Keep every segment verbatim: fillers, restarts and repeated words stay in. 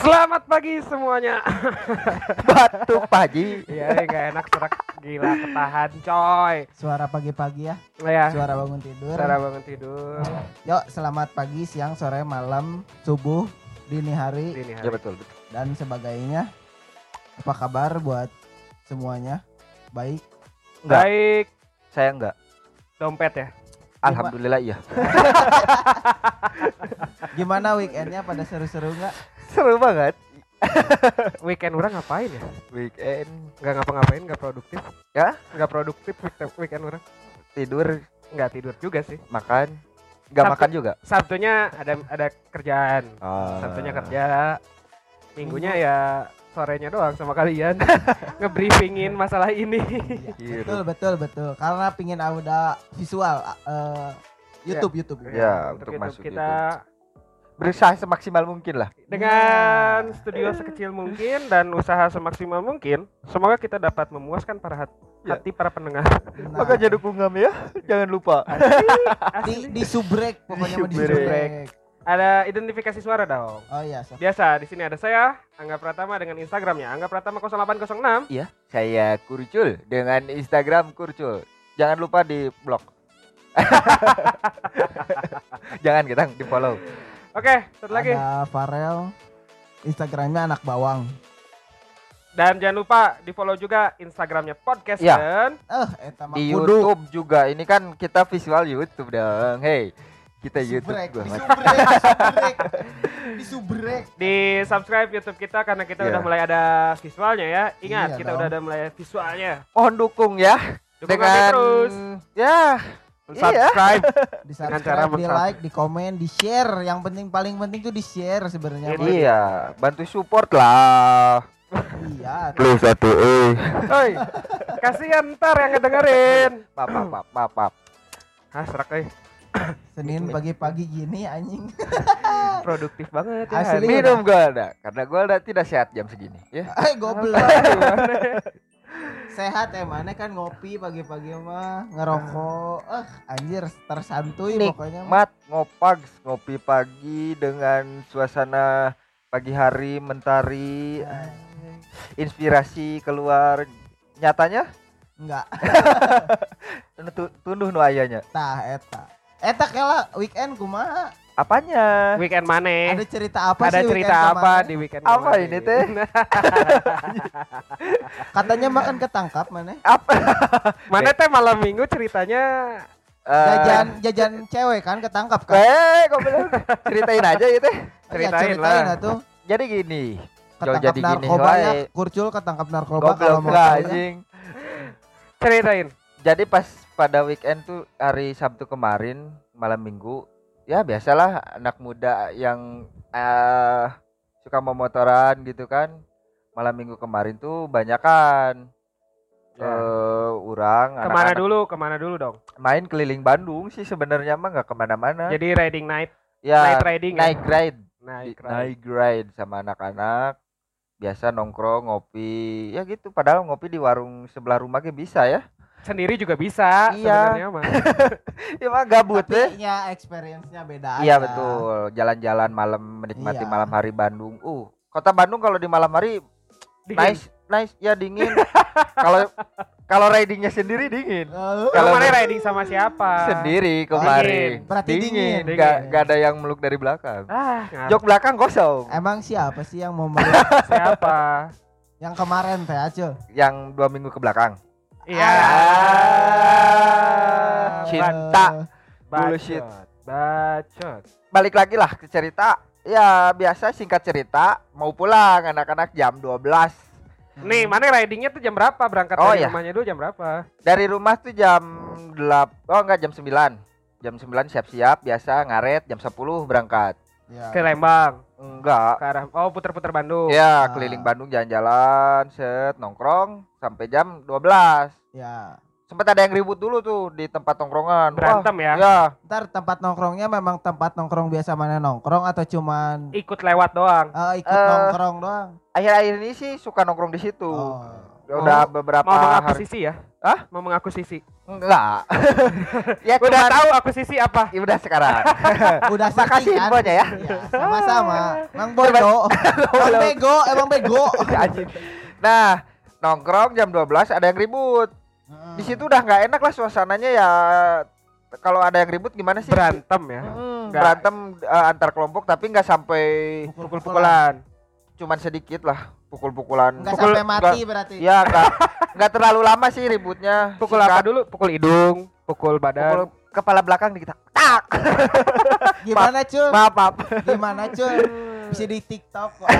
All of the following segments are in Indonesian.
Selamat pagi semuanya. Batuk Paji. Iya, nggak enak serak gila ketahan coy. Suara pagi-pagi ya. Oh, ya. Suara bangun tidur. Suara bangun tidur. Yuk, selamat pagi, siang, sore, malam, subuh, dini hari, Dini hari. Ya betul, betul. dan sebagainya. Apa kabar buat semuanya? Baik. Enggak. Baik, Saya enggak. dompet ya. Alhamdulillah iya. Gimana weekendnya, pada seru-seru nggak? Seru banget. Weekend orang ngapain ya? Weekend Nggak ngapa-ngapain, nggak produktif. ya, Nggak produktif weekend, weekend orang. tidur, Nggak tidur juga sih. makan. Enggak Sabtu- makan juga. Sabtunya ada ada kerjaan. Oh. Sabtunya kerja. Minggunya ya sorenya doang sama kalian ngebriefingin masalah ini. Gitu. Betul, betul, betul. Karena pingin ada visual uh, YouTube, YouTube. Ya, untuk untuk YouTube masuk kita Berusaha semaksimal mungkin lah. dengan studio sekecil mungkin dan usaha semaksimal mungkin, semoga kita dapat memuaskan para hat- Ya. hati para pendengar. Nah, Maka jadi dukungam ya. Jangan lupa. di di subrek pokoknya Di mau di subrek. subrek. Ada identifikasi suara dong. Oh iya, so. Biasa di sini ada saya, Angga Pratama dengan Instagramnya Angga Pratama nol delapan nol enam. Iya, saya Kurcul dengan Instagram Kurcul. Jangan lupa di blog. Jangan kita di follow. Oke, satu lagi. Ada Farel, Instagramnya anak bawang. Dan jangan lupa di follow juga Instagramnya podcast Iya. dan Eh, eta mah Di kudu. YouTube juga. Ini kan kita visual YouTube dong. Hey, kita YouTube Subrek, gua. di subrek, di subrek, di subrek. di subscribe YouTube kita karena kita Iya. udah mulai ada visualnya ya. Ingat, Iya kita dong. udah ada mulai visualnya. Mohon dukung ya. Dukung dengan kami terus. Ya, Subscribe. Di Dengan cara subscribe, di mensub- like, di komen, di share. Yang penting, paling penting tuh di share sebenarnya. Ini. mah. iya, bantu support lah. Iya. Plus satu eh. Oi, kasihan ntar yang ngedengerin. Maaf, maaf, maaf, maaf, maaf. Hah, serak euy. Senin pagi-pagi gini anjing. Produktif banget ya. Asli. Minum gua ada, karena gua ada tidak sehat jam segini. Ya. Eh goblok. Gimana? Sehat ya, mana kan ngopi pagi-pagi mah, ngerokok. Eh anjir tersantuy Nik, pokoknya. mah. Mat ngopag ngopi pagi dengan suasana pagi hari mentari, inspirasi keluar. Nyatanya Enggak. tu- tunduh nu ayanya. Tah eta. Eta kela weekend kumaha? Apanya? Weekend mana? Ada cerita apa Ada sih cerita weekend apa kemarin? di weekend Apa kemarin? ini teh? Katanya makan ketangkap mana? Apa? Mana teh malam minggu ceritanya Eh, Jajan jajan cewek kan ketangkap kan? Eh, kok belum ceritain aja gitu. Iya, ceritain ceritain lah. atuh. Jadi gini, Jo Ketangkap jadi gini narkoba ya, wae. Kurcul ketangkap narkoba kalau Goblok mau lah tahu ya. anjing. ceritain. Jadi pas pada weekend tuh hari Sabtu kemarin malam minggu, ya biasalah anak muda yang eh suka memotoran gitu kan. Malam minggu kemarin tuh banyakan Ya. eh orang Kemana anak-anak dulu? Kemana dulu dong? main keliling Bandung sih sebenarnya mah nggak kemana-mana. Jadi riding night, Ya night riding ya? naik ride, Night Di- ride. naik ride sama anak-anak. Biasa nongkrong ngopi, ya gitu. Padahal ngopi di warung sebelah rumah ke bisa ya. Sendiri juga bisa Iya. sebenarnya mah. Ya mah gabut deh. Tapi ya experience-nya beda Iya aja. betul, jalan-jalan malam menikmati Iya. malam hari Bandung. Uh, kota Bandung kalau di malam hari Dingin. nice, nice ya dingin. Kalau kalau ridingnya sendiri dingin. Eh, Kalau Kalau mana ber- riding sama siapa? Sendiri Oh, kemarin. dingin. Berarti dingin. Gak, Dingin. gak ada yang meluk dari belakang. Ah, ngarep. Jok belakang kosong. Emang siapa sih yang mau meluk Siapa? yang kemarin teh Acil? Yang dua minggu ke belakang. Iya. Ah, cinta. bullshit. Bacot. Bacot. Balik lagi lah ke cerita. Ya biasa singkat cerita. Mau pulang anak-anak jam dua belas. Nih, mana ridingnya tuh jam berapa? Berangkat Oh, dari iya. rumahnya dulu jam berapa? Dari rumah tuh jam delapan. Oh enggak, jam sembilan. Jam sembilan siap-siap biasa ngaret, jam sepuluh berangkat. Ya. Ke Lembang. Enggak. Ke arah oh puter-puter Bandung. Ya, Ah. keliling Bandung jalan-jalan, set nongkrong sampai jam dua belas. Ya. Sempat ada yang ribut dulu tuh di tempat nongkrongan. Berantem Wah, ya? Ya, Ntar tempat nongkrongnya memang tempat nongkrong biasa mana nongkrong atau cuman Ikut lewat doang. eh, ikut Eh. nongkrong doang? akhir-akhir ini sih suka nongkrong di situ. Oh. udah beberapa Mau hari. mengakuisisi ya? Hah? Mau mengakuisisi. Enggak. Ya Udah cuman- tahu akuisisi apa? Ya udah sekarang. Udah Makasih searching kan? infonya ya. Iya, sama-sama. Emang bodoh. Emang bego, emang bego. Anjing. Nah, nongkrong jam dua belas ada yang ribut. Di situ udah nggak enak lah suasananya ya. Kalau ada yang ribut gimana sih? Berantem ya. Hmm, Nggak- berantem uh, antar kelompok tapi nggak sampai Pukul-pukulan. cuman sedikit lah pukul-pukulan. Enggak Pukul- sampai mati nggak- berarti. Ya nggak nggak terlalu lama sih ributnya. Pukul Singkat. apa dulu? Pukul hidung, pukul Pukul badan. kepala belakang dikit. Tak. Gimana, Cul? Maaf, maaf. Gimana, Cul? Bisa di TikTok kok.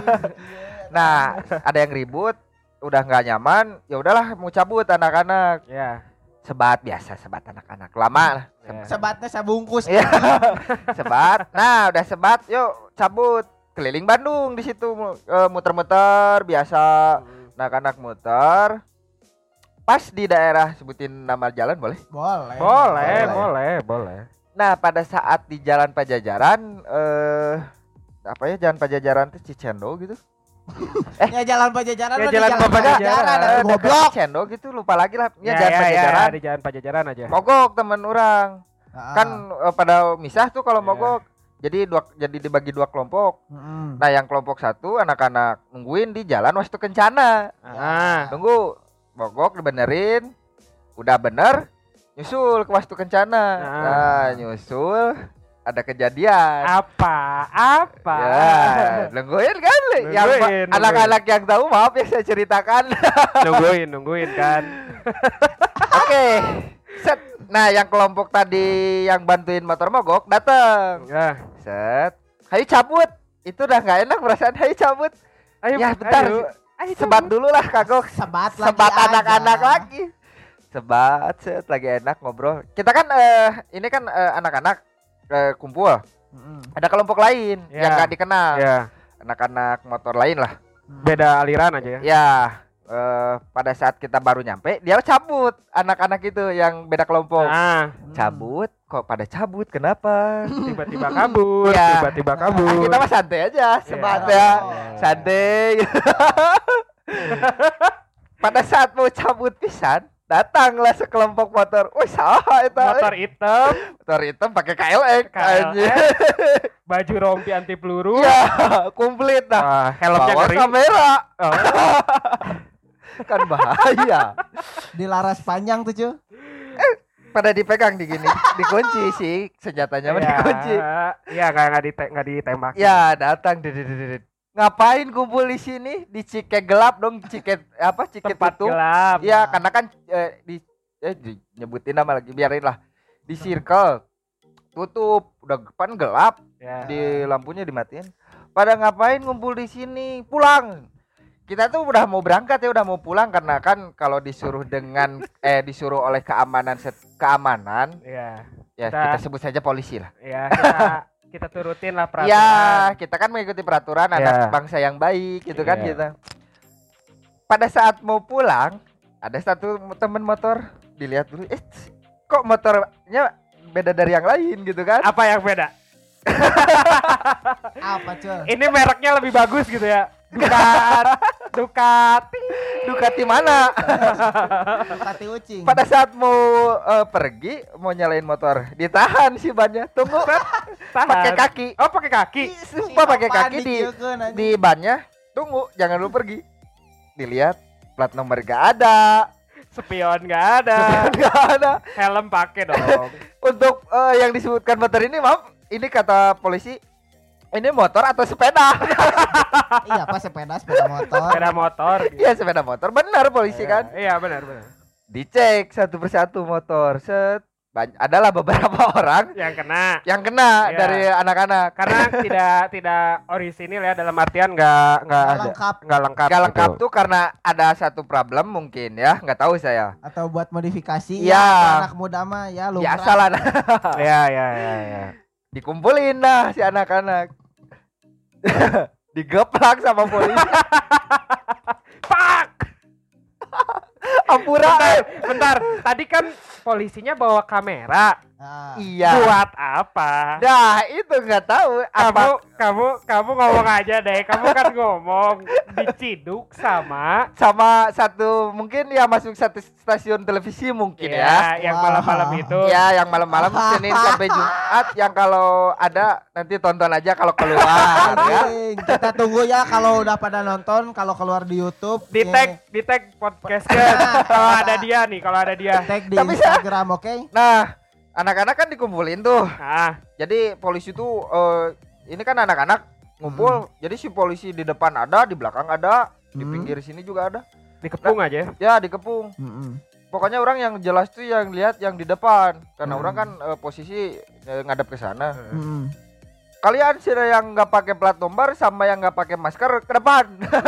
Nah, ada yang ribut, udah nggak nyaman, ya udahlah mau cabut anak-anak. Ya. Sebat biasa, sebat anak-anak. Lama lah. Ya. Sebatnya sabungkus. Iya. Sebat. Nah, udah sebat, yuk cabut. Keliling Bandung di situ eh, muter-muter biasa. Anak-anak muter. Pas di daerah sebutin nama jalan boleh? Boleh. Boleh, boleh, boleh. Nah, pada saat di Jalan Pajajaran eh apa ya Jalan Pajajaran itu Cicendo gitu. Ya jalan Pajajaran Ya, lo di jalan jalan Pajajaran. Pajajaran Eh, ada dekat goblok. Cicendo gitu lupa lagi lah. Ya, Ya, Jalan ya, Pajajaran. ya, di jalan Pajajaran aja. Mogok temen orang. Ah. Kan eh, pada misah tuh kalau Iya. mogok. Jadi dua jadi dibagi dua kelompok. Mm-mm. Nah, yang kelompok satu anak-anak nungguin di jalan Wastu Kencana. Ah. Nunggu mogok dibenerin. Udah bener nyusul ke Wastu Kencana. Nah. Nah, nyusul ada kejadian. Apa? Apa? Ya, nungguin kan? Yang Nungguin, ma- nungguin. anak-anak yang tahu maaf ya saya ceritakan. nungguin, nungguin kan. Oke. Set. Nah, yang kelompok tadi yang bantuin motor mogok datang. Ya. Set. Hayu cabut. Itu udah nggak enak perasaan. Hayu cabut. Ayo, Ya, bentar. ayo. Ayo, Sebat dulu lah kagok. Sebat lagi Sebat aja. anak-anak lagi. Sebat, set lagi enak ngobrol. Kita kan eh ini kan eh, anak-anak eh, kumpul. Mm-mm. Ada kelompok lain Ya. yang nggak dikenal. Ya. Anak-anak motor lain lah. Beda aliran aja ya. Ya, eh, pada saat kita baru nyampe, dia cabut. Anak-anak itu yang beda kelompok. Nah, Cabut, kok pada cabut? Kenapa? tiba-tiba kabur, Ya. tiba-tiba Ah, kabur. kita mah santai aja, sebat Iya. ya. Oh. Santai. Pada saat mau cabut pisan, datanglah sekelompok motor. Wih, saha eta? Motor hitam, Motor hitam pakai K L X. K L X, anjing. baju rompi anti peluru. Iya, komplit dah. Wah, helmnya Bawa ngeri. kamera. Oh, Kan bahaya. Dilaras panjang tuh, Cul. Pada dipegang di gini, dikunci sih senjatanya mah ya, dikunci. Iya, nggak nggak dite- nggak ditembak. Ya, datang. Dedededed. Ngapain kumpul di sini? Di Cike gelap dong, Cike apa? Cike Tempat tutup. gelap. Iya, karena kan eh, di eh di- nyebutin nama lagi biarin lah. Di circle tutup, udah depan gelap, Ya. di lampunya dimatiin. Pada ngapain ngumpul di sini? Pulang. Kita tuh udah mau berangkat ya, udah mau pulang karena kan kalau disuruh dengan eh disuruh oleh keamanan set, keamanan Iya. ya Kita- kita sebut saja polisi lah. Ya, kita kita turutin lah peraturan. Ya, kita kan mengikuti peraturan anak Ya. bangsa yang baik gitu kan Iya. kita. Pada saat mau pulang, ada satu temen motor dilihat dulu, eh kok motornya beda dari yang lain gitu kan? Apa yang beda? Apa, Cul? Ini mereknya lebih bagus gitu ya. Ducati, Ducati. Ducati mana? Ducati ucing. Pada saat mau eh, pergi, mau nyalain motor, ditahan si bannya. Tunggu, Tahan. pakai kaki. Oh, pakai kaki. Sumpah pakai Apaan kaki di dicieukeun, anjing? di bannya. Tunggu, jangan lu pergi. Dilihat plat nomor gak ada. Spion nggak ada. Gak ada. Helm pakai dong. Untuk eh, yang disebutkan motor ini, maaf, ini kata polisi, ini motor atau sepeda? Iya, apa sepeda, sepeda motor. Sepeda motor. gitu. Iya, sepeda motor. Benar polisi Iya, kan? Iya, benar, benar. Dicek satu persatu motor. Set. Ban- adalah beberapa orang Yang kena. yang kena Iya. dari anak-anak. Karena tidak tidak orisinil ya, dalam artian nggak nggak Nggak ada. lengkap. Nggak lengkap. Gak lengkap gitu. tuh karena ada satu problem mungkin ya, nggak tahu saya. Atau buat modifikasi. Iya. Ya, anak muda mah ya lumrah. Biasa lah. Iya, iya, iya, iya. Dikumpulin dah si anak-anak. Digeplak sama polisi. Pak. Ampura. Bentar, bentar. Tadi kan polisinya bawa kamera. Nah, Iya. Buat apa? Nah, itu nggak tahu Kamu apa. kamu kamu ngomong aja deh. Kamu kan ngomong diciduk sama Sama satu mungkin ya masuk satu stasiun televisi mungkin ya. ya, yang Wah. malam-malam itu. Ya, yang malam-malam Senin sampai Jumat yang kalau ada nanti tonton aja kalau keluar ya. anjing. Kita tunggu ya kalau udah pada nonton, kalau keluar di YouTube. Di tag di tag podcast kan. Kalau ada dia nih, kalau ada dia. Tag di Tapi saya- Instagram, oke? Nah, anak-anak kan dikumpulin tuh. Nah, Jadi polisi tuh eh, ini kan anak-anak ngumpul. Jadi si polisi di depan ada, di belakang ada, di Hmm. pinggir sini juga ada. dikepung aja. Ya, dikepung. Mm-mm. Pokoknya orang yang jelas tuh yang lihat yang di depan. Karena Hmm. orang kan eh, posisi eh, ngadep ke sana. Mm-mm. Kalian sih yang nggak pakai plat nomor sama yang nggak pakai masker ke depan.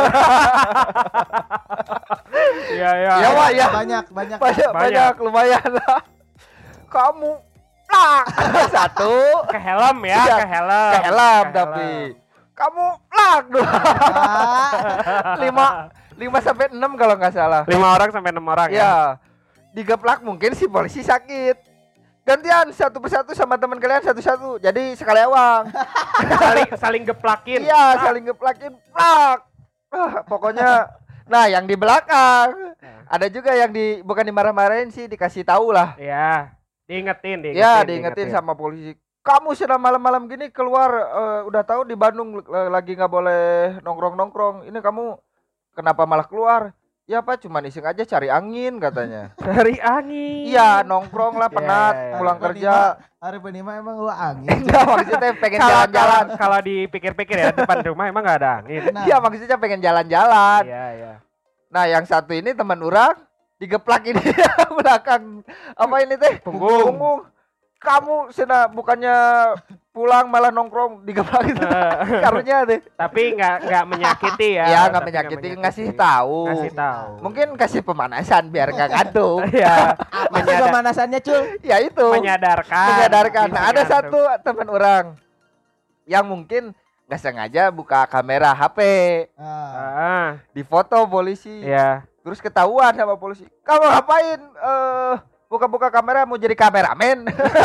Iya, iya. Ya, Wak, ya. Banyak, banyak. banyak, Banyak. banyak lumayan lah. Kamu lah satu Ke helm ya, Iya, ke helm. ke helm Ke tapi kamu lah dua Ah, lima lima sampai enam kalau nggak salah. lima orang sampai enam orang ya. Ya, digeplak mungkin si polisi sakit. Gantian satu persatu sama teman kalian satu-satu. Jadi sekali awang. Saling saling geplakin. Iya, Ah, saling geplakin. Plak. Ah, pokoknya nah yang di belakang ada juga yang di bukan dimarah-marahin sih, dikasih tahu lah. Iya. Diingetin, diingetin. Ya, diingetin sama polisi. Kamu sudah malam-malam gini keluar eh, udah tahu di Bandung eh, lagi nggak boleh nongkrong-nongkrong. Ini kamu kenapa malah keluar? Ya Pak, cuma iseng aja cari angin katanya. Cari angin. Iya, nongkrong lah penat, Ya, ya, ya. pulang Hari kerja. Hari penima emang gua angin. Enggak, maksudnya pengen Kalau jalan-jalan. kalau- kalau dipikir-pikir ya depan rumah emang nggak ada angin. Nah, Iya, maksudnya pengen jalan-jalan. Iya, iya. Nah, yang satu ini teman orang digeplak ini belakang apa ini teh? Punggung. Punggung. Kamu sudah bukannya pulang malah nongkrong digeplak itu. Eh, Karunya deh. tapi nggak nggak menyakiti ya. Ya, nggak Tapi menyakiti, ngasih tahu. Ngasih tahu. Mungkin kasih pemanasan biar nggak ngantuk. ya, apa sih menyadar- pemanasannya, Cul? Ya itu. menyadarkan. Menyadarkan. Bisa Nah, ada ngantuk. satu teman orang yang mungkin nggak sengaja buka kamera H P, Ah. Ah, di foto polisi. ya. Terus ketahuan sama polisi. Kamu ngapain? Eh, buka-buka kamera mau jadi kameramen.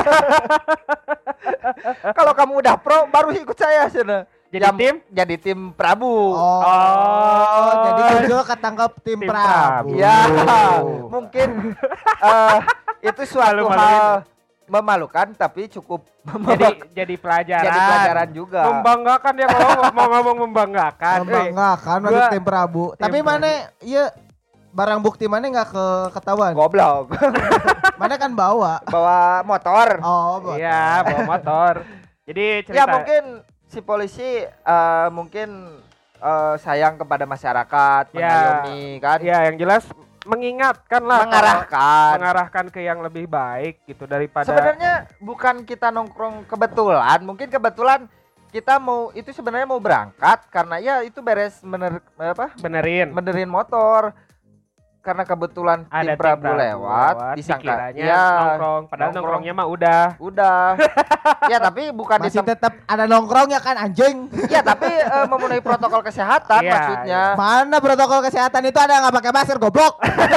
Kalau kamu udah pro baru ikut saya sana. Jadi Yang- tim? Jadi tim Prabu. Oh, Oh. jadi Cul ketangkap tim, Tim Prabu. Prabu. Ya, Oh. mungkin eh, itu suatu Malu-maluin. hal memalukan tapi cukup Jadi jadi pelajaran. jadi pelajaran juga. Membanggakan dia ngomong mau ngomong membanggakan. Eh, Membanggakan gua- masuk tim Prabu. tim Tapi Prabu. mana iya barang bukti mana nggak ke ketahuan? Goblok. Mana kan bawa. Bawa motor. Oh, bawa. Iya, bawa motor. Jadi cerita. Ya mungkin si polisi eh, mungkin eh, sayang kepada masyarakat, Ya. mengayomi kan, Ya, yang jelas mengingatkan lah, mengarahkan. mengarahkan ke yang lebih baik gitu daripada Sebenarnya bukan kita nongkrong kebetulan, mungkin kebetulan kita mau itu sebenarnya mau berangkat karena ya itu beres bener apa benerin. benerin motor karena kebetulan Ada tim tim Prabu Prabu lewat, lewat, disangka dikiranya ya nongkrong, padahal nongkrong. nongkrongnya mah udah. udah ya tapi bukan di Masih tem- tetap ada nongkrong ya kan anjing. ya tapi eh, memenuhi protokol kesehatan Iya, maksudnya. Mana protokol kesehatan itu ada yang nggak pakai masker goblok.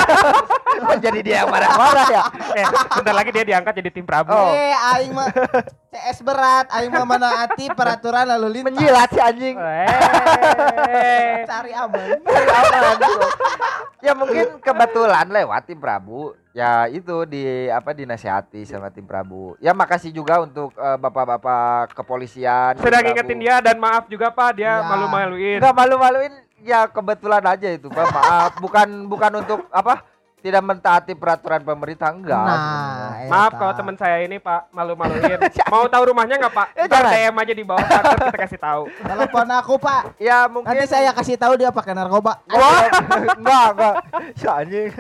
Jadi dia yang marah-marah ya. Eh, bentar lagi dia diangkat jadi tim Prabu. Oh. Eh, aing mah C S berat, aing mah menaati peraturan lalu lintas. Menjilat si anjing. Eh. Cari aman. Dari aman gitu. Ya mungkin kebetulan lewat tim Prabu. Ya itu di apa dinasihati sama tim Prabu. Ya makasih juga untuk eh, bapak-bapak kepolisian. tim Sudah Prabu. ngingetin dia dan maaf juga Pak, dia Ya. malu-maluin. Enggak malu-maluin. Ya kebetulan aja itu Pak. Maaf. Bukan bukan untuk apa? Tidak mentaati peraturan pemerintah enggak. Nah, Maaf eta. kalau teman saya ini Pak malu-maluin. Mau tahu rumahnya nggak Pak? Eh, Ntar jangan. D M aja di bawah kantor kita kasih tahu. Telepon aku, Pak. Ya mungkin Nanti saya kasih tahu dia pakai narkoba. Wah, enggak, enggak. Si anjing.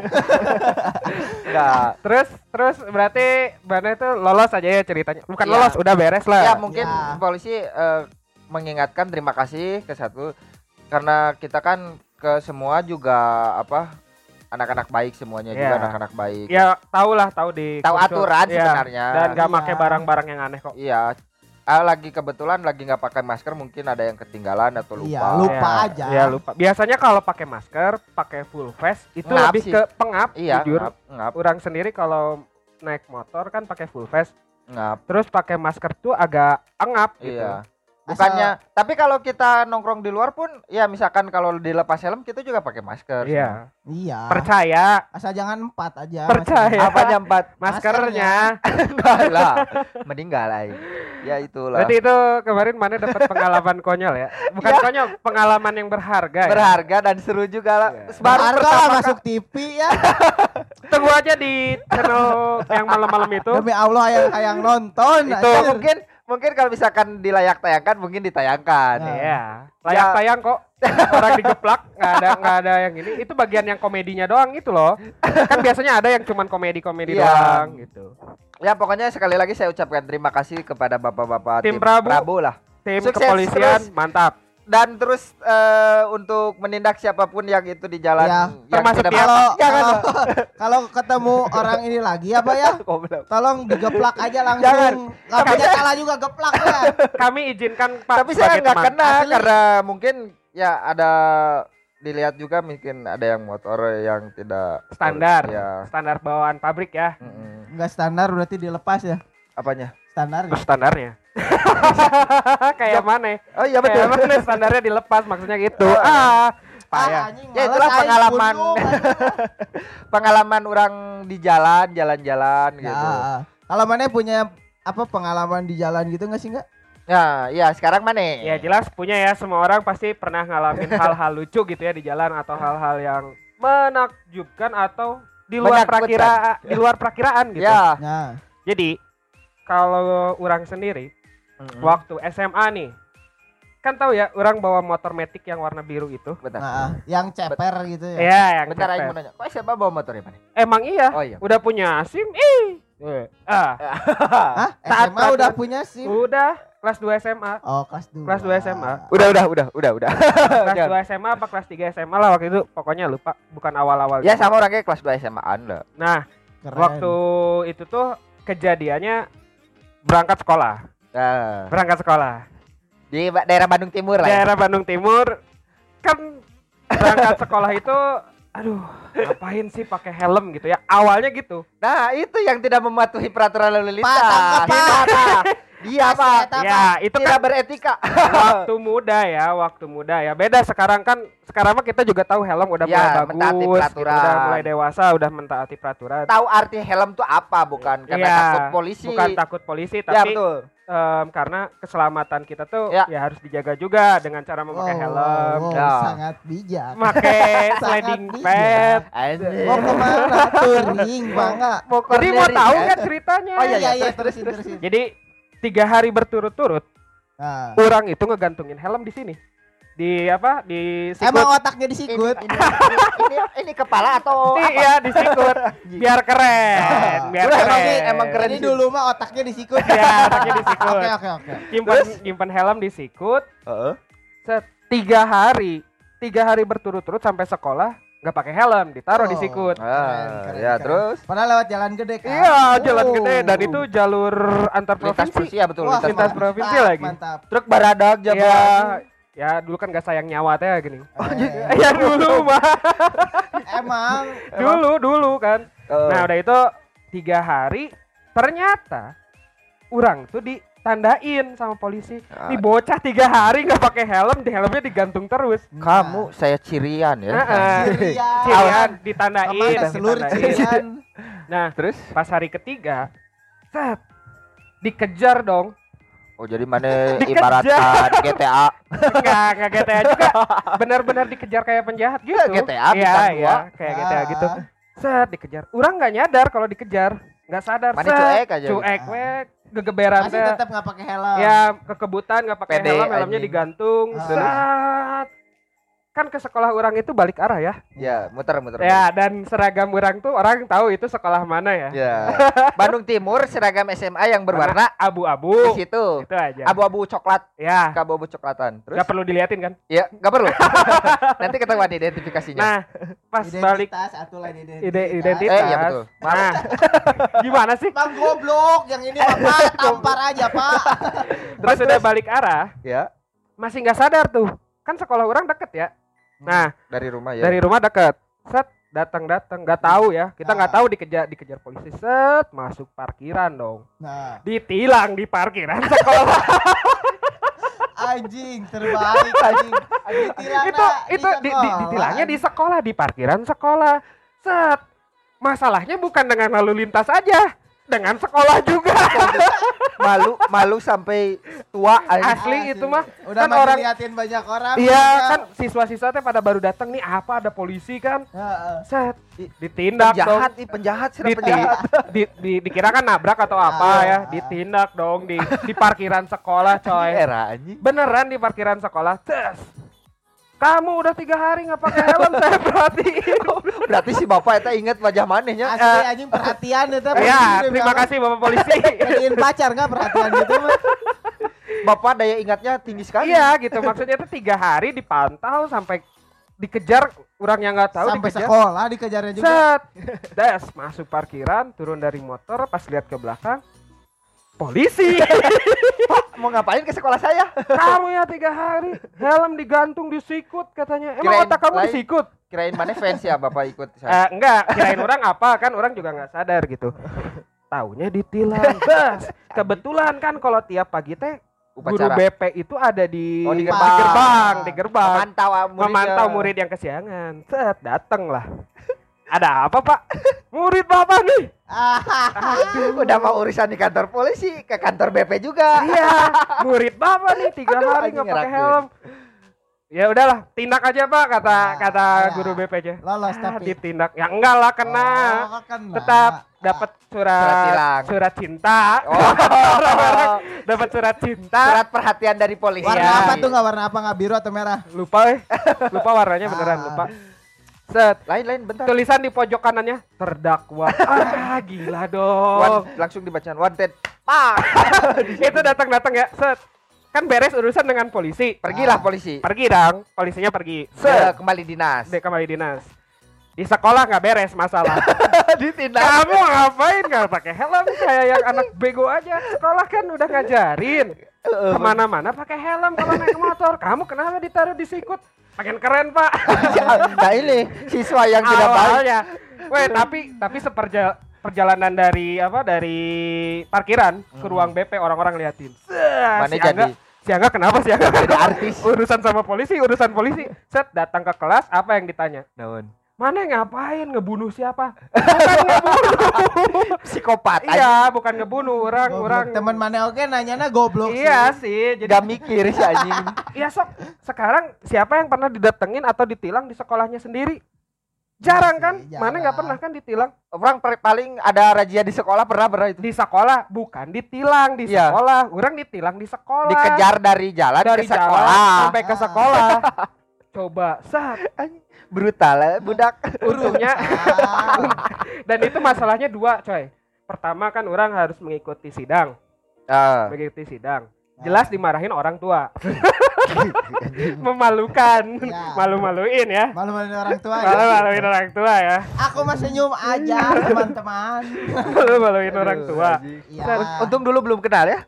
Enggak. Terus terus berarti Bana itu lolos aja ya ceritanya. Bukan Iya. lolos, udah beres lah. Ya mungkin Ya. polisi eh, mengingatkan terima kasih ke satu karena kita kan ke semua juga apa anak-anak baik semuanya juga Ya. anak-anak baik. Ya tahu lah, tahu di Tahu kursus. aturan Iya. sebenarnya. Dan gak Iya. pakai barang-barang yang aneh kok. Iya. Ah, lagi kebetulan lagi nggak pakai masker mungkin ada yang ketinggalan atau lupa. Iya, lupa. Ya, aja. Ya lupa. Biasanya kalau pakai masker, pakai full face itu Ngap lebih sih. ke pengap. Iya, Jujur. ngap, ngap. Orang sendiri kalau naik motor kan pakai full face, Ngap. terus pakai masker tuh agak engap gitu. Iya. Bukannya, Asal- tapi kalau kita nongkrong di luar pun, ya misalkan kalau dilepas helm kita juga pakai masker. Iya. Iya. Percaya, Asal jangan empat aja. Percaya. Apa jam empat? maskernya. Enggak lah. Mending enggak lah. Ya itulah. Berarti itu kemarin mana dapat pengalaman konyol ya? Bukan Ya. konyol, pengalaman yang berharga ya. Berharga dan seru juga lah. Iya. Baru Harga pertama lah ka- masuk T V ya. Tunggu aja di channel yang malam-malam itu. Demi Allah yang yang nonton. itu anjir. mungkin mungkin kalau misalkan di layak tayangkan mungkin ditayangkan. Nah. Iya. Layak Ya. tayang kok. Orang digeplak, nggak ada nggak ada yang ini. Itu bagian yang komedinya doang itu loh. Kan biasanya ada yang cuman komedi-komedi Iya. doang gitu. Ya pokoknya sekali lagi saya ucapkan terima kasih kepada bapak-bapak Tim Prabu. lah. Tim Sukses kepolisian terus. mantap. Dan terus eh, untuk menindak siapapun yang itu di jalan Ya, yang termasuk tidak dia. Kalau Jangan kalau kalau ketemu orang ini lagi apa ya? Goblok. Tolong digeplak aja Jangan. langsung. Gak punya salah juga geplak ya. Kami izinkan Pak Tapi saya sebagai nggak teman. kena Asli. karena mungkin ya ada dilihat juga mungkin ada yang motor yang tidak Standar. Ya. Standar bawaan pabrik ya. Mm-mm. Enggak standar berarti dilepas ya. Apanya? Standar ya. Terus standarnya. Kayak mana? Oh iya betul. Kayak mana standarnya dilepas maksudnya gitu. Ah. Ah, payah. anjing, Ya, males itulah aing, pengalaman. bunung, anjing. Pengalaman orang di jalan, jalan-jalan Ya, gitu. kalau mana punya apa pengalaman di jalan gitu nggak sih nggak? Ya, ya sekarang mana? Ya jelas punya ya, semua orang pasti pernah ngalamin hal-hal lucu gitu ya di jalan atau hal-hal yang menakjubkan atau di luar Menakutkan. prakira di luar prakiraan gitu. Ya. Nah, Jadi kalau orang sendiri Mm-mm. waktu S M A nih, kan tahu ya orang bawa motor metik yang warna biru itu. Bentar. nah, yang ceper gitu ya. Ya, yang Bentar aing cepet. mau nanya. Kok siapa bawa motornya, Pak? Emang iya, Oh iya. udah punya SIM. Ih. Ah, Hah? Taat S M A udah peraturan. punya SIM? udah kelas dua S M A. Oh, kelas dua. Kelas dua S M A. Udah, udah, udah, udah, udah. Kelas Jangan. dua S M A apa kelas tiga S M A lah waktu itu, pokoknya lupa, bukan awal-awal. Ya gitu. sama orangnya kelas dua S M A-an lah. Nah, Keren. waktu itu tuh kejadiannya berangkat sekolah. Nah, Berangkat sekolah. di ba- daerah Bandung Timur lah. Ya. Daerah Bandung Timur kan berangkat sekolah itu aduh, ngapain sih pakai helm gitu ya? Awalnya gitu. Nah, itu yang tidak mematuhi peraturan lalu lintas. Pak, tangkap, Pak. Nah, nah, dia Pak, Eta, Ya, itu tidak kan beretika. waktu muda ya, waktu muda ya. Beda sekarang kan, sekarang mah kita juga tahu helm udah Ya, mulai mentaati bagus, gitu, peraturan. udah mulai dewasa, udah mentaati peraturan. Tahu arti helm tuh apa? Bukan karena Iya, takut polisi. Bukan takut polisi, Ya tapi betul. em, karena keselamatan kita tuh Ya. ya. harus dijaga juga dengan cara memakai Wow, helm, wow, Ya. sangat bijak. pakai Sangat sliding bijak. pad. Anjir. Mau kemana? Touring, bangga. Mau Jadi mau cornering, tahu kan? nggak ceritanya? Oh iya iya, iya terusin terusin. Jadi tiga hari berturut-turut Nah. orang itu ngegantungin helm di sini, di apa? Di sikut. Emang otaknya Ini, disikut. ini, ini, ini, ini kepala atau apa? Iya, di sikut. Biar keren, Ah. biar Udah, keren. emang ini- emang keren. Ini dulu mah otaknya disikut. Ya, otaknya disikut. Oke oke oke. Nyimpan nyimpan helm di sikut. Heeh. Set tiga hari, tiga hari berturut-turut sampai sekolah nggak pakai helm, ditaruh di Oh. sikut. Ah, ya terus Padahal lewat jalan gede kan. Iya, jalan Oh. gede dan itu jalur antar lintas provinsi. ya betul Wah, lintas lintas mantap, provinsi lagi. Mantap. truk baradak jam Ya, ya dulu kan gak sayang nyawa teh gini. Eh, Ya dulu mah, emang dulu dulu kan. Eh, Nah udah itu tiga hari, ternyata orang tuh ditandain sama polisi. Ah. Nih bocah tiga hari nggak pakai helm, di helmnya digantung terus. kamu saya cirian ya. Heeh. Cirian. Cirian ditandain, Kemana seluruh ditandain. cirian? Nah Terus? pas hari ketiga, set dikejar dong. Oh jadi mana Dikejar. ibaratkan G T A. Enggak, enggak G T A juga. Benar-benar dikejar kayak penjahat gitu. Ya, G T A Iya, bintang iya, dua. kayak G T A gitu. Ah. Set dikejar. Orang nggak nyadar kalau dikejar. Nggak sadar. Mana set, cuek aja. Cuek, wek, gegeberan Masih teh. tetap nggak pakai helm. Ya kekebutan nggak pakai Pede, helm, helmnya anjing. digantung. Ah. Set. Kan ke sekolah orang itu balik arah ya. Ya, muter-muter. Ya, dan seragam orang tuh orang tahu itu sekolah mana ya. Ya. Bandung Timur seragam S M A yang berwarna Abu-abu. di situ. Itu aja. Abu-abu coklat, Ya. abu-abu coklatan. Terus? Nggak perlu diliatin kan? Ya, nggak perlu. Nanti ketahuan identifikasinya. Nah, pas balik Identitas atau lain identitas. ide identitas. Eh, iya betul. Nah, gimana sih? Bang goblok, yang ini Bapak tampar aja, Pak. Pas sudah balik arah, Ya, masih nggak sadar tuh. Kan sekolah orang deket ya. Nah, dari rumah ya. dari rumah deket. Set, datang-datang nggak tahu ya, kita nggak Nah. tahu dikejar dikejar polisi, set masuk parkiran dong, Nah, ditilang di parkiran sekolah. anjing terbaik anjing. Ditilang itu dah itu di, di, ditilangnya di sekolah, di parkiran sekolah. Set, masalahnya bukan dengan lalu lintas aja, dengan sekolah juga. malu malu sampai tua anjing. Asli itu mah udah kan mah orang- diliatin banyak orang. Iya ya. kan siswa-siswa teh pada baru datang nih, apa ada polisi kan, Heeh. set ditindak penjahat dong. nih penjahat sih Di, penjahat. di, di, dikira kan nabrak atau apa Ah. ya, ditindak dong di di parkiran sekolah coy. Era anjing. Beneran di parkiran sekolah. Tes. Kamu udah tiga hari nggak pakai helm, saya perhatiin. Berarti si bapak eta inget wajah manehnya. Asli anjing perhatian itu. Ya, terima kasih Bapak polisi. Jadiin pacar enggak perhatian gitu mah. Bapak daya ingatnya tinggi sekali. Iya gitu, maksudnya itu tiga hari dipantau sampai dikejar orang yang nggak tahu Sampai dikejar. sekolah dikejarnya juga. Set, des masuk parkiran, turun dari motor, pas lihat ke belakang, polisi. Mau ngapain ke sekolah saya? Kamu ya tiga hari, helm digantung disikut katanya. Emang Kirain otak kamu lain. disikut? Kirain mana fans ya bapak ikut Eh, saya. enggak, kirain orang apa kan, orang juga nggak sadar gitu. Taunya ditilang. Bas, kebetulan kan kalau tiap pagi teh guru Upacara. B P itu ada di, Oh, di di gerbang. gerbang, di gerbang. Memantau ah, muridnya. Memantau murid yang kesiangan. Set, dateng lah. Ada apa Pak? Murid Bapak nih. Ah, Udah mau urusan di kantor polisi, ke kantor B P juga. Iya, murid Bapak nih tiga Aduh, hari anjing nggak pakai ngerakuin. helm. Ya udahlah, tindak aja Pak, kata Ah, kata ya. guru B P-nya. lolos Ah, tapi. ditindak. Ya enggak lah, kena. Oh, kena. Tetap dapat Surat surat tilang. surat cinta. Oh. Dapat surat cinta. Surat perhatian dari polisi. Warna Iya. apa tuh enggak warna apa enggak biru atau merah? Lupa eh. Lupa warnanya beneran Ah. lupa. Set. Lain-lain bentar. Tulisan di pojok kanannya terdakwa. Ah, gila dong. Wan- langsung dibacaan wanted. Pak. Itu datang-datang ya. Set. Kan beres urusan dengan polisi. Pergilah Ah. polisi. Pergi dong, polisinya pergi. Ke Set. kembali dinas. Dek kembali dinas. Di sekolah nggak beres masalah. Ditindak. Kamu ngapain nggak pakai helm kayak yang anak bego aja? Sekolah kan udah ngajarin. Kemana-mana pakai helm kalau naik motor. Kamu kenapa ditaruh di sikut? Makin keren Pak. Nah ini siswa yang tidak baik. Awalnya. Weh tapi tapi seperja perjalanan dari apa dari parkiran ke ruang B P orang-orang liatin. Set, Mana si Angga, jadi? si Angga kenapa sih Angga? Jadi artis. Urusan sama polisi, urusan polisi. Set datang ke kelas, apa yang ditanya? Naon? Mana ngapain ngebunuh siapa? Bukan ngebunuh. Psikopat. anjing. Iya, bukan ngebunuh orang, Goblok. orang. Temen mana oke nanyana goblok Iya sih. sih. Jadi Gak mikir si anjing. iya sok. Sekarang siapa yang pernah didatengin atau ditilang di sekolahnya sendiri? Jarang Iya kan? sih, Mana nggak jarang. pernah kan ditilang? Orang per- paling ada razia di sekolah pernah pernah itu. Di sekolah, bukan ditilang di Iya. sekolah. Orang ditilang di sekolah. Dikejar dari jalan dari ke jalan sekolah. sampai ke Ah. sekolah. Coba, sat. Anjing, brutal ya budak. Untungnya Ah, dan itu masalahnya dua, coy. Pertama kan orang harus mengikuti sidang, Ah. mengikuti sidang. Jelas dimarahin orang tua. Memalukan, Ya. malu-maluin ya. malu-maluin orang tua ya. Malu-maluin orang tua ya. Aku mah senyum aja teman-teman. Malu-maluin orang tua. Iya. Untung dulu belum kenal ya.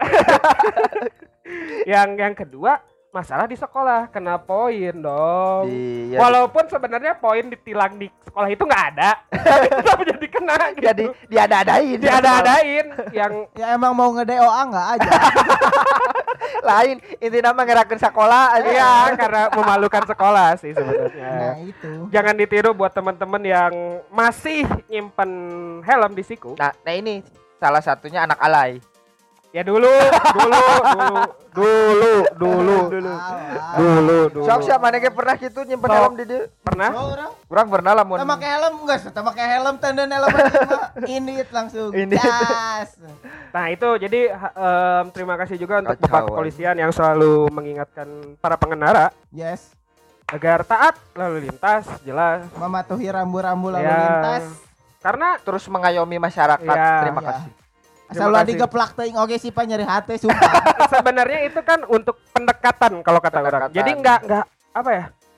Yang yang kedua, masalah di sekolah, kena poin dong. Iya. Walaupun sebenarnya poin ditilang di sekolah itu nggak ada, tapi tetap jadi kena gitu. Jadi diada-adain. diada-adain yang Ya emang mau nge-D O A enggak aja. Lain inti nama ngerakeun sekolah aja. iya karena memalukan sekolah sih Nah, sebenarnya. itu. Jangan ditiru buat teman-teman yang masih nyimpen helm di siku. Nah, nah ini salah satunya anak alay. Ya dulu, dulu, dulu, dulu, dulu, Dulu. Ah, dulu, dulu. Sok siapa mana ge pernah gitu nyimpen Sok. helm di dieu? Pernah? Oh, orang Urang pernah lamun. kita pakai helm enggak? Kita pakai helm tenden helm ini langsung. Ini. Gas. Nah itu jadi ha- em, terima kasih juga untuk Kacau, Bapak woy. kepolisian yang selalu mengingatkan para pengendara Yes. agar taat lalu lintas, jelas. Mematuhi rambu-rambu lalu Ya. lintas. Karena Terus mengayomi masyarakat. Iya. Terima Iya. kasih. Asal Terima ulah kasih. digeplak teuing oge sih Pak nyeri hati sumpah. sebenarnya itu kan untuk pendekatan kalau kata orang. Pendekatan. Jadi nggak nggak apa ya?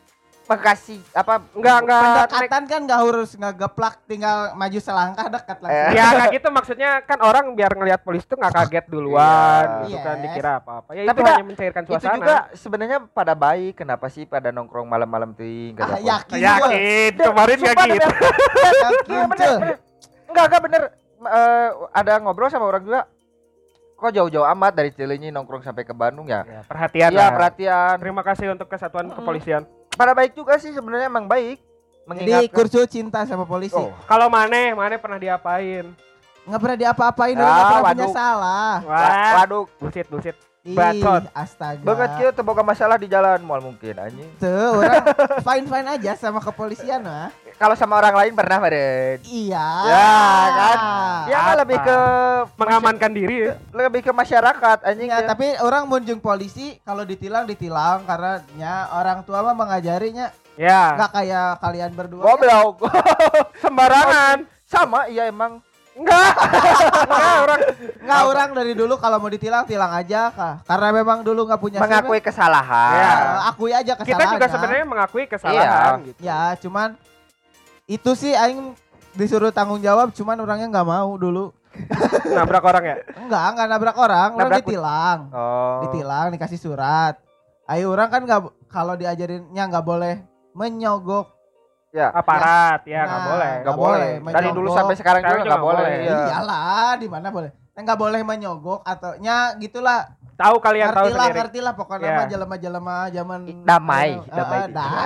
makasih apa Enggak, enggak. Pendekatan kan nggak harus ngegeplak, tinggal maju selangkah dekat langsung. Ya kayak gitu maksudnya kan orang biar ngelihat polisi tuh nggak kaget duluan gitu Iya. kan Yes. dikira apa-apa. Ya Tapi itu dah, hanya mencairkan itu suasana. juga sebenarnya pada baik. Kenapa sih pada nongkrong malam-malam tuh enggak Ah, ada yakin Yakin gua. kemarin nggak Sumpah, gitu. demi- Yakin cuy. Enggak, enggak bener. Eh, ada ngobrol sama orang juga. Kok jauh-jauh amat dari Cileunyi nongkrong sampai ke Bandung ya? Ya, perhatian Iya, lah. perhatian. Terima kasih untuk kesatuan Mm-mm. kepolisian. Pada baik juga sih sebenarnya, emang baik. Jadi Mengingatkan. kursu cinta sama polisi. Oh. Kalau Mane, Mane pernah diapain? Nggak pernah diapa-apain, Ya, dulu nggak pernah punya waduh. salah. Wah, Waduh, bullshit, bullshit. Ih, Bacot. astaga. banget kieu teu boga masalah di jalan moal mungkin anjing. Tuh, orang fine-fine aja sama kepolisian mah. Kalau sama orang lain pernah meren. Iya. Ya, kan? Ya mah Apa? lebih ke Mengamankan diri ya. lebih ke masyarakat anjing. Ya, ya. tapi orang munjung polisi kalau ditilang ditilang karena nya orang tua mah mengajarinya Ya, nggak kayak kalian berdua. ya. Goblok. sembarangan. Sama iya emang. Enggak. Enggak orang Nggak, orang dari dulu kalau mau ditilang tilang aja kah. Karena memang dulu nggak punya Mengakui SIM, kesalahan. Ya. ya, akui aja kesalahannya. kita juga sebenarnya mengakui kesalahan Iya. gitu. Ya, cuman itu sih aing disuruh tanggung jawab, cuman orangnya nggak mau dulu. Nabrak orang ya. Enggak, enggak nabrak orang, orang Nabrak- ditilang. Oh. Ditilang, dikasih surat. Ayo orang kan nggak kalau diajarinnya nggak boleh menyogok. Ya. Aparat ya nggak Nah, boleh. Nggak nggak boleh. boleh. Dari dulu Menyogok. sampai sekarang juga Sekarang nggak juga boleh. nggak Iya. Iyalah, di mana boleh. Nah, nggak boleh menyogok atau nya gitulah. Tahu kalian tahu Ngerti lah, sendiri. ngerti lah pokoknya Ya. mah jelema-jelema zaman Damai, Eh, damai. eh, dah.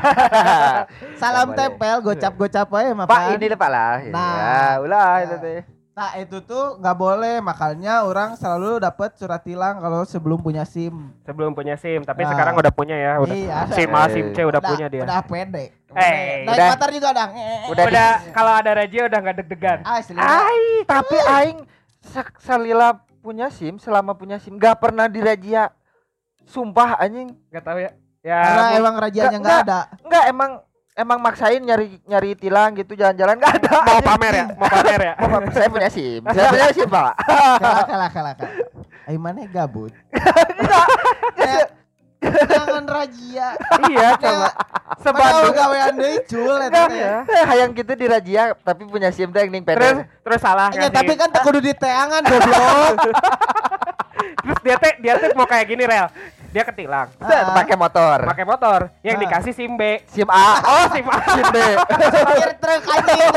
Salam Nggak boleh. tempel, gocap-gocap aja mah. Pak Pan. ini deh Pak lah. Nah. Ya, ulah Ya. itu teh. Nah, itu tuh nggak boleh, makanya orang selalu dapat surat tilang kalau sebelum punya SIM. Sebelum punya SIM, tapi Nah. sekarang udah punya ya, udah. Iya, SIM A, SIM C udah, punya dia. Udah pede. Eh, Naik udah. motor juga udah. Udah Udah kalau ada Raja udah nggak deg-degan. Asli. Ai, tapi aing sak- salila punya SIM, selama punya SIM gak pernah dirazia. Sumpah anjing. Nggak tahu ya. Ya. Karena mungkin- emang rajianya Nggak, nggak ada. Enggak, emang emang maksain nyari nyari tilang gitu jalan-jalan enggak ada. mau anjing. pamer ya, mau pamer ya. Mau pamer. Saya punya SIM. Saya punya SIM, Pak. Kalah kalah kalah kalah. Ayo mana gabut? Kayak, Jangan rajia. Iya, coba. Padahal Sebandung. gawean deui cul eta Enggak teh. ya. Eh, hayang gitu dirazia tapi punya SIM teh ning Terus pede. terus salah Ya, ngasih. tapi kan teu kudu diteangan goblok. Terus dia teh dia teh mau kayak gini rel. Dia ketilang. Set, Ah. pakai motor. Pakai motor yang Ah. dikasih SIM B. SIM A. Oh, SIM A. SIM B. Supir truk anjing.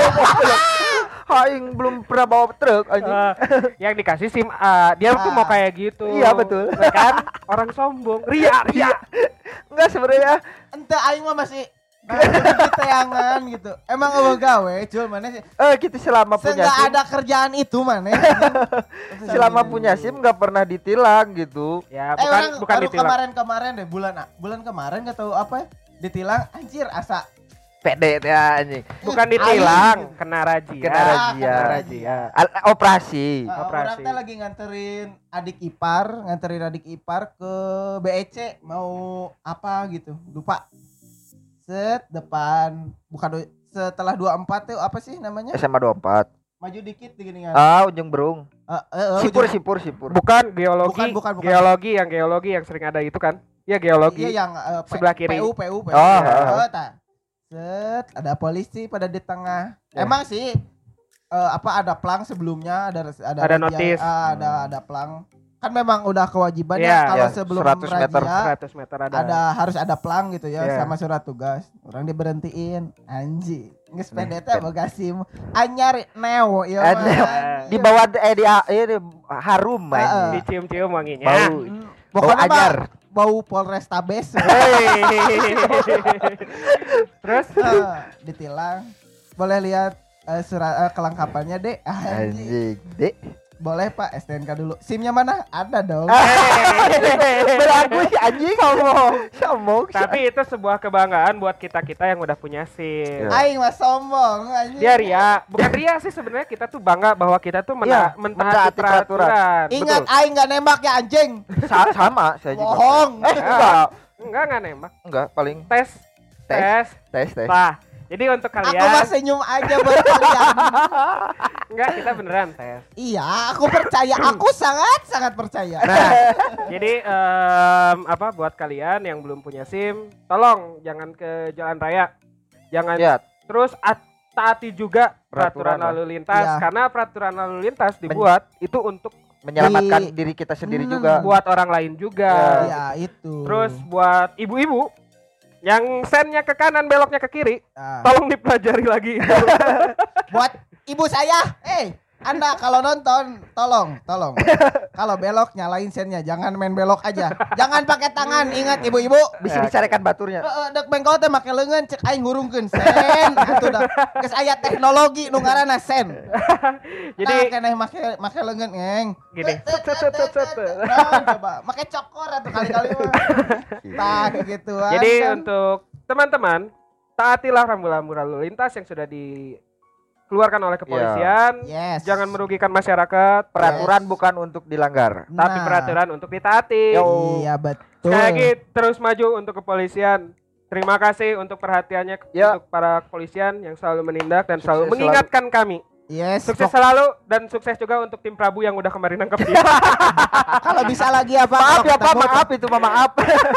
Aing belum pernah bawa truk anjing. Eh, yang dikasih SIM A. Dia tuh Ah. mau kayak gitu. Iya, betul. Ya kan? Orang sombong. Ria, ria. Enggak sebenarnya. Ente aing mah masih kudu diteangan gitu. Emang eueuh gawe cul mana sih? Eh kita selama punya Enggak SIM, ada kerjaan itu mana. selama punya SIM nggak pernah ditilang gitu. Ya, Eh bukan orang bukan baru ditilang. kemarin-kemarin deh bulan bulan kemarin gak tahu apa ya, ditilang anjir asa Pede teh anjing. Bukan Aing. ditilang, kena razia. Kena razia. kena razia. Al- operasi. Uh, Operasi. orang teh lagi nganterin adik ipar, nganterin adik ipar ke B E C mau apa gitu, lupa. Set depan bukan do- setelah dua puluh empat tuh apa sih namanya? S M A dua puluh empat. Maju dikit gini kan. Ah, ujung berung. Eh, eh, eh, Sipur ujung- sipur sipur. Bukan geologi. Bukan, bukan, bukan. Geologi yang geologi yang sering ada itu kan? Iya, geologi. Iya yang eh, P- Sebelah kiri. P U P U P U. Oh, Oh, oh. tah. Set ada polisi pada di tengah. Ya. Emang sih eh, apa ada plang sebelumnya ada ada Ada razia, notis. ah, ada ada plang. Kan memang udah kewajibannya Iya, kalau iya, sebelum seratus meter. razia seratus meter ada. ada harus ada plang gitu ya Iya. sama surat tugas. Orang diberhentiin. Anjing. Geus Nih, pede teh boga SIM. Anyar neo ya. Eh, mah. neo. Di bawah eh di eh, di harum Heeh. anjing. Dicium-cium wanginya. Bau. Hmm, Bau Pokoknya mah anyar. bau Polrestabes. Hei. Terus Eh, ditilang. Boleh lihat eh, surat eh, kelengkapannya, Dek. Anjing. Anjing. Dek. Boleh, Pak, S T N K dulu. SIM-nya mana? Ada dong. Belagu si anjing sombong. Sombong. tapi itu sebuah kebanggaan buat kita-kita yang udah punya SIM. Ya. Aing mah sombong anjing. Dia ria, bukan ria sih sebenarnya kita tuh bangga bahwa kita tuh Iya, mena- mentaati menaati peraturan. peraturan. Ingat Betul. aing enggak nembak ya anjing. Sa- sama saya juga. Bohong. Eh, enggak. Enggak enggak nembak. Enggak, paling Tes, Tes. tes. tes tes. Nah, jadi untuk Aku kalian mah senyum aja buat kalian. Enggak, kita beneran tes. Iya, aku percaya. Aku sangat sangat percaya. Nah, jadi em, apa buat kalian yang belum punya SIM, tolong jangan ke jalan raya. Jangan Ya, terus at- taati juga Peraturan peraturan lah. lalu lintas Iya. karena peraturan lalu lintas dibuat itu untuk menyelamatkan Di- diri kita sendiri Hmm. juga. buat orang lain juga. Iya, itu. Terus buat ibu-ibu yang sennya ke kanan beloknya ke kiri, Nah, tolong dipelajari lagi. buat ibu saya, eh, Anda kalau nonton, tolong, tolong. Kalau belok nyalain sennya, jangan main belok aja. Jangan pakai tangan, ingat ibu-ibu. Bisa dicarikan baturnya. Heeh, dek bengkol teh make leungeun cek aing ngurungkeun sen. Atuh dah. Geus aya teknologi nu ngaranna sen. Jadi Nah, keneh make make leungeun ngeng. gini. Set, set, set, set, set. Nah, coba make cokor atuh kali-kali mah. Tah gituan. Jadi kan. untuk teman-teman, taatilah rambu-rambu lalu lintas yang sudah dikeluarkan oleh kepolisian. Yes. Jangan merugikan masyarakat. Peraturan Yes. bukan untuk dilanggar. Tapi Nah, peraturan untuk ditaati. Yo. Iya betul. Sekali lagi terus maju untuk kepolisian. Terima kasih untuk perhatiannya Ya. untuk para kepolisian yang selalu menindak dan selalu Sukses mengingatkan kami. Yes. Sukses pok- selalu dan sukses juga untuk tim Prabu yang udah kemarin nangkep dia. Kalau bisa lagi apa? Maaf kalau ya Pak, ketemu, maaf itu Pak, maaf.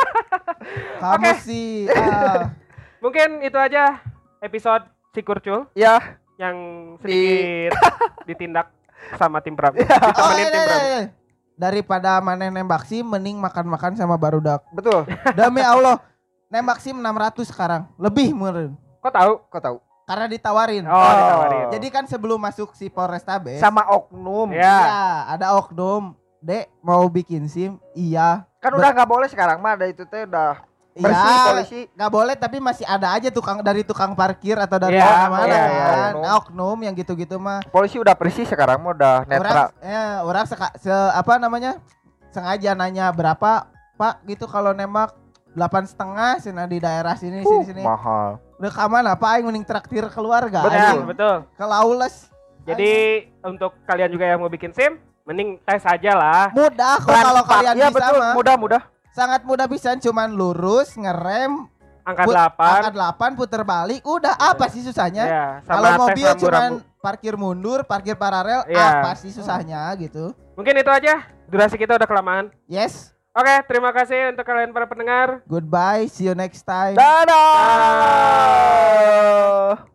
Kamu Oke. sih. ah. Mungkin itu aja episode si Kurcul Ya, yang sedikit ditindak sama tim Prabu. Oh, Ditemenin iya, tim iya, Prabu. iya. Daripada maneh nembak SIM mending makan-makan sama barudak. betul. Demi Allah, nembak SIM enam ratus sekarang. Lebih meureun. Kok tahu? Kok tahu? Karena ditawarin. Oh, ditawarin. Jadi kan sebelum masuk si Polrestabes, Sama oknum. Ya. ya, ada oknum, Dek mau bikin SIM? Iya. Kan udah nggak boleh sekarang mah ada itu teh udah Iya, bersih polisi. nggak boleh tapi masih ada aja tukang dari tukang parkir atau dari Iya, mana-mana iya, kan. iya. Nah, oknum yang gitu-gitu mah. Polisi udah bersih sekarang mah udah netral. Orang, ya, orang seka- se apa namanya sengaja nanya berapa Pak gitu kalau nembak delapan setengah sini di daerah sini Uh, sini sini. mahal. Udah keaman apa aing mending traktir keluarga. Betul. Ya, Anjing. betul. Ke Laules. Jadi untuk kalian juga yang mau bikin SIM, mending tes aja lah. Mudah kok kalau kalian ya bisa betul, mah. mudah-mudah. Sangat mudah bisa cuman lurus, ngerem, Angka put- delapan. angka delapan puter balik, udah apa sih susahnya? Ya, Kalau sama tes mobil cuman rambu-rambu. parkir mundur, parkir paralel, Iya. apa sih susahnya gitu. Mungkin itu aja. Durasi kita udah kelamaan. Yes. Oke, terima kasih untuk kalian para pendengar. Goodbye, see you next time. Dadah.